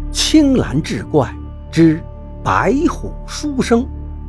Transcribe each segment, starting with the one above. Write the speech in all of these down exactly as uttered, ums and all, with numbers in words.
青蓝志怪之白虎书生。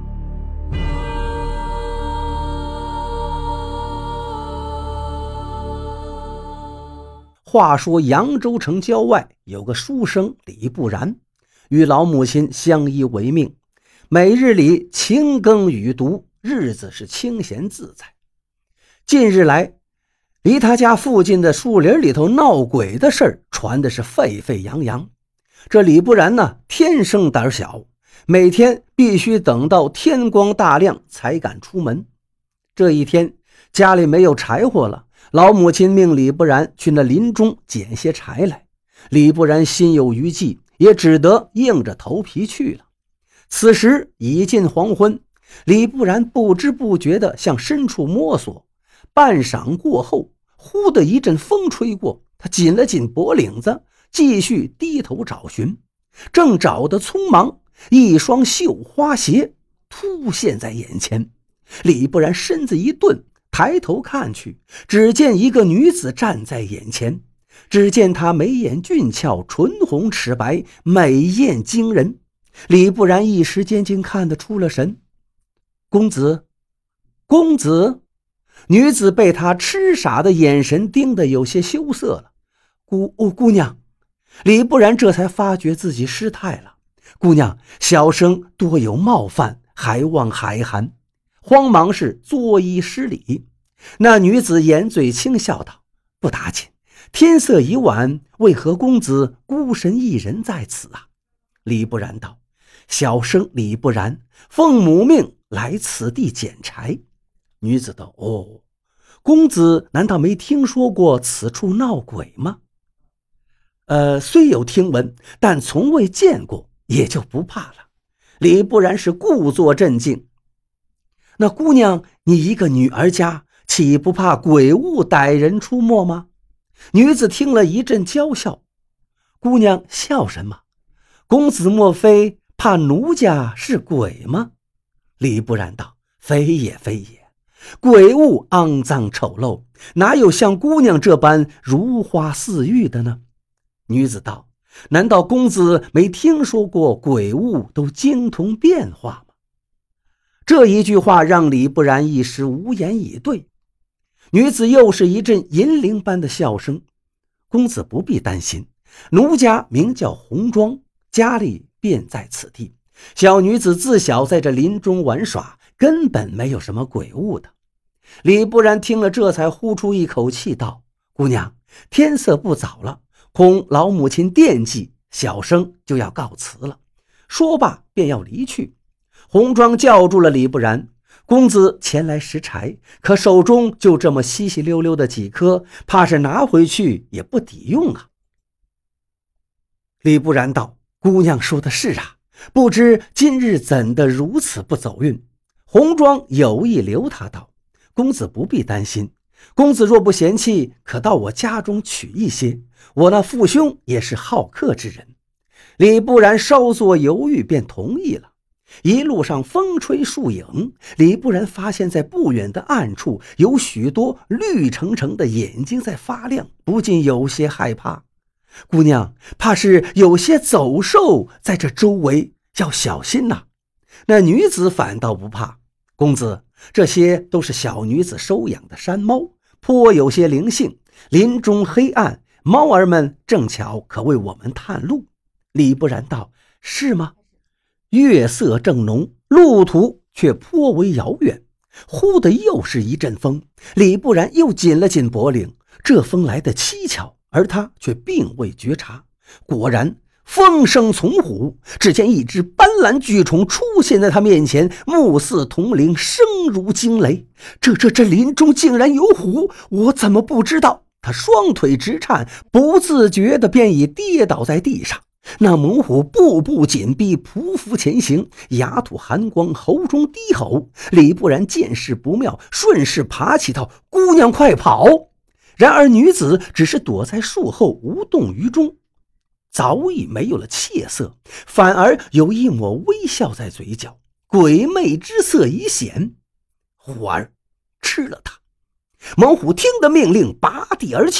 话说扬州城郊外有个书生李不然，与老母亲相依为命，每日里勤耕雨读，日子是清闲自在。近日来，离他家附近的树林里头闹鬼的事儿传的是沸沸扬扬。这李不然呢，天生胆小，每天必须等到天光大亮才敢出门。这一天家里没有柴火了，老母亲命李不然去那林中捡些柴来。李不然心有余悸，也只得硬着头皮去了。此时已近黄昏，李不然不知不觉地向深处摸索，半晌过后，忽的一阵风吹过，他紧了紧脖领子，继续低头找寻。正找得匆忙，一双绣花鞋突现在眼前。李不然身子一顿，抬头看去，只见一个女子站在眼前。只见她眉眼俊俏，唇红齿白，美艳惊人。李不然一时间竟看得出了神。公子，公子！女子被他痴傻的眼神盯得有些羞涩了。姑、哦、姑娘！李不然这才发觉自己失态了。姑娘，小生多有冒犯，还望海涵。慌忙是作揖施礼。那女子掩嘴轻笑道：不打紧，天色已晚，为何公子孤身一人在此啊？李不然道：小生李不然，奉母命来此地捡柴。女子道：哦，公子难道没听说过此处闹鬼吗？呃，虽有听闻，但从未见过，也就不怕了。李不然是故作镇静。那姑娘，你一个女儿家，岂不怕鬼物歹人出没吗？女子听了一阵娇笑。姑娘笑什么？公子莫非怕奴家是鬼吗？李不然道：非也非也，鬼物肮脏丑陋，哪有像姑娘这般如花似玉的呢？女子道：难道公子没听说过鬼物都精通变化吗？这一句话让李不然一时无言以对。女子又是一阵银铃般的笑声。公子不必担心，奴家名叫红妆，家里便在此地。小女子自小在这林中玩耍，根本没有什么鬼物的。李不然听了，这才呼出一口气道：姑娘，天色不早了，恐老母亲惦记，小生就要告辞了。说罢便要离去。红妆叫住了李不然：公子前来拾柴，可手中就这么稀稀溜溜的几颗，怕是拿回去也不抵用啊。李不然道：姑娘说的是啊，不知今日怎的如此不走运。红妆有意留他道：公子不必担心，公子若不嫌弃，可到我家中取一些，我那父兄也是好客之人。李不然稍作犹豫便同意了。一路上风吹树影，李不然发现在不远的暗处有许多绿澄澄的眼睛在发亮，不禁有些害怕。姑娘，怕是有些走兽在这周围，要小心呐。那女子反倒不怕：公子，这些都是小女子收养的山猫，颇有些灵性，林中黑暗，猫儿们正巧可为我们探路。李不然道：是吗？月色正浓，路途却颇为遥远。忽的又是一阵风，李不然又紧了紧脖领。这风来得蹊跷，而他却并未觉察。果然风声从虎，只见一只斑斓巨虫出现在他面前，目似铜铃，声如惊雷。这这这林中竟然有虎，我怎么不知道？他双腿直颤，不自觉地便已跌倒在地上。那猛虎步步紧逼，匍匐前行，牙吐寒光，喉中低吼。李不然见势不妙，顺势爬起道：姑娘快跑！然而女子只是躲在树后无动于衷，早已没有了怯色，反而有一抹微笑在嘴角，鬼魅之色已显。虎儿吃了他！猛虎听得命令，拔地而起，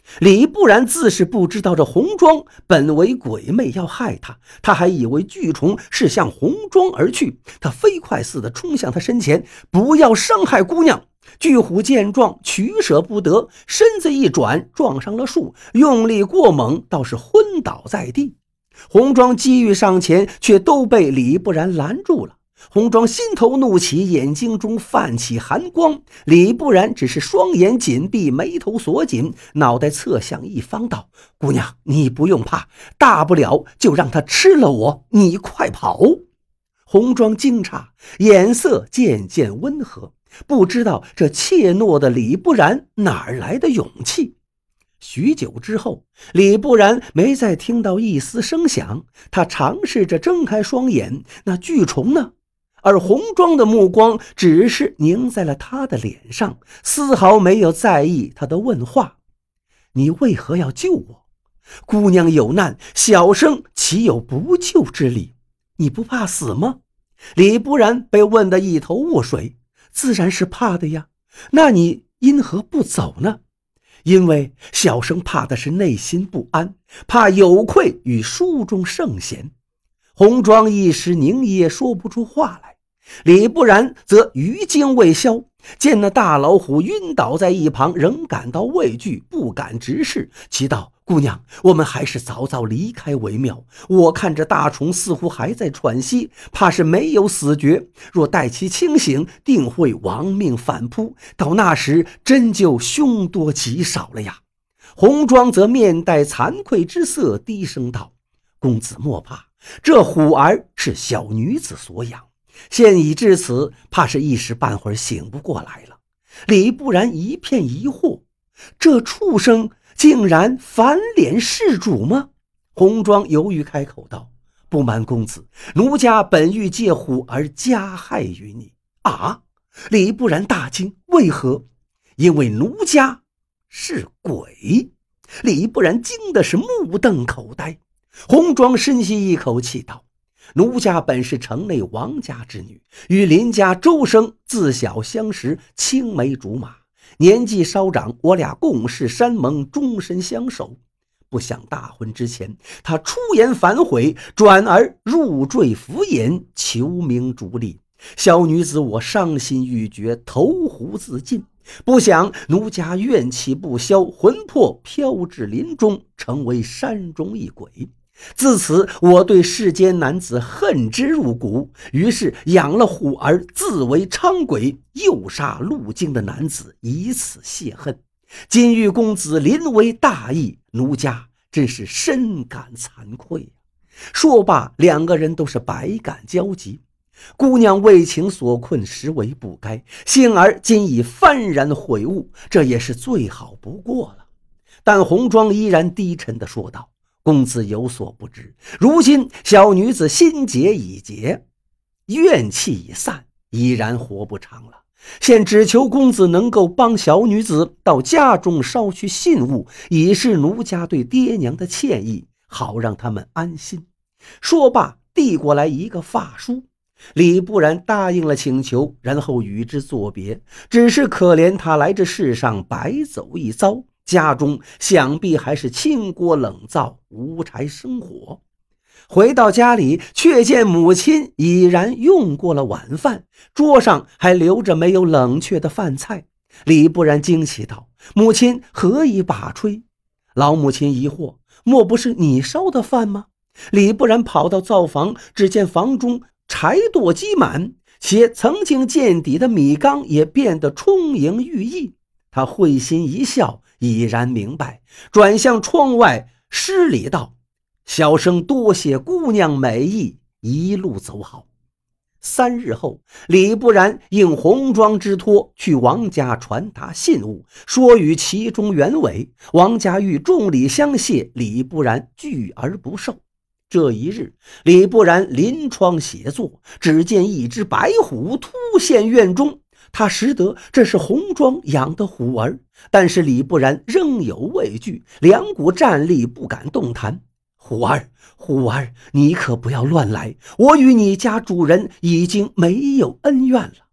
李不然自是不知道这红妆本为鬼魅要害他，他还以为巨虫是向红妆而去，他飞快似的冲向他身前，不要伤害姑娘。巨虎见状取舍不得，身子一转撞上了树，用力过猛，倒是昏倒在地。红妆机遇上前，却都被李不然拦住了。红妆心头怒起，眼睛中泛起寒光。李不然只是双眼紧闭，眉头锁紧，脑袋侧向一方道：姑娘，你不用怕，大不了就让他吃了我，你快跑。红妆惊诧，眼色渐渐温和，不知道这怯懦的李不然哪儿来的勇气。许久之后，李不然没再听到一丝声响，他尝试着睁开双眼，那巨虫呢？而红妆的目光只是凝在了他的脸上，丝毫没有在意他的问话：你为何要救我？姑娘有难，小生岂有不救之理？你不怕死吗？李不然被问得一头雾水，自然是怕的呀。那你因何不走呢？因为小生怕的是内心不安，怕有愧于书中圣贤。红妆一时凝噎，说不出话来。李不然则余惊未消，见那大老虎晕倒在一旁，仍感到畏惧，不敢直视，其道：姑娘，我们还是早早离开为妙。我看着大虫似乎还在喘息，怕是没有死绝，若待其清醒，定会亡命反扑，到那时真就凶多吉少了呀。红妆则面带惭愧之色，低声道：公子莫怕，这虎儿是小女子所养，现已至此，怕是一时半会儿醒不过来了。李不然一片疑惑，这畜生竟然反脸事主吗？红妆犹豫开口道：不瞒公子，奴家本欲借虎儿加害于你。啊！李不然大惊，为何？因为奴家是鬼。李不然惊的是目瞪口呆。红妆深吸一口气道：奴家本是城内王家之女，与邻家周生自小相识，青梅竹马，年纪稍长，我俩共事山盟，终身相守。不想大婚之前，他出言反悔，转而入赘府尹，求名逐利。小女子我伤心欲绝，投湖自尽。不想奴家怨气不消，魂魄飘至林中，成为山中一鬼。自此我对世间男子恨之入骨，于是养了虎儿，自为伥鬼，诱杀路经的男子，以此泄恨。今遇公子临危大义，奴家真是深感惭愧。说罢，两个人都是百感交集。姑娘为情所困，实为不该，幸而今已幡然悔悟，这也是最好不过了。但红妆依然低沉地说道：公子有所不知，如今小女子心结已结，怨气已散，已然活不长了。现只求公子能够帮小女子到家中捎去信物，以示奴家对爹娘的歉意，好让他们安心。说罢，递过来一个发书。李不然答应了请求，然后与之作别。只是可怜他来这世上白走一遭，家中想必还是清锅冷灶，无柴生火。回到家里，却见母亲已然用过了晚饭，桌上还留着没有冷却的饭菜。李不然惊奇道：母亲何以把炊？老母亲疑惑：莫不是你烧的饭吗？李不然跑到灶房，只见房中柴垛积满，且曾经见底的米缸也变得充盈寓意。他会心一笑，已然明白，转向窗外施礼道：小生多谢姑娘美意，一路走好。三日后，李不然应红妆之托，去王家传达信物，说与其中原委。王家欲重礼相谢，李不然拒而不受。这一日，李不然临窗写作，只见一只白虎突现院中。他识得这是红妆养的虎儿，但是李不然仍有畏惧，两股战立，不敢动弹。虎儿，虎儿，你可不要乱来，我与你家主人已经没有恩怨了。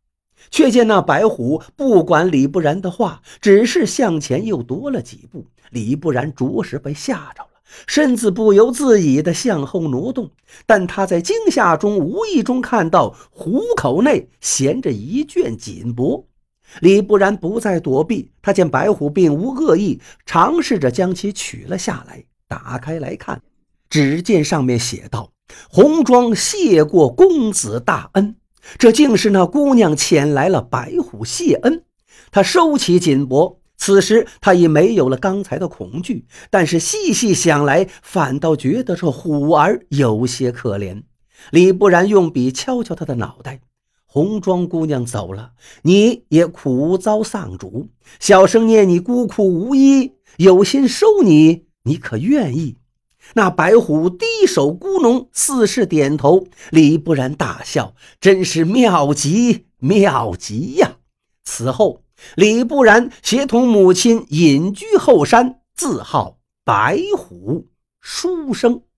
却见那白虎不管李不然的话，只是向前又踱了几步。李不然着实被吓着了，身子不由自主地向后挪动，但他在惊吓中无意中看到虎口内衔着一卷锦帛。李不然不再躲避，他见白虎并无恶意，尝试着将其取了下来，打开来看，只见上面写道：红妆谢过公子大恩。这竟是那姑娘遣来了白虎谢恩。他收起锦帛，此时他已没有了刚才的恐惧，但是细细想来，反倒觉得这虎儿有些可怜。李不然用笔敲敲他的脑袋：红妆姑娘走了，你也苦遭丧主，小生念你孤苦无依，有心收你，你可愿意？那白虎低手咕哝，似是点头。李不然大笑，真是妙极妙极呀！此后李不然协同母亲隐居后山，自号白虎书生。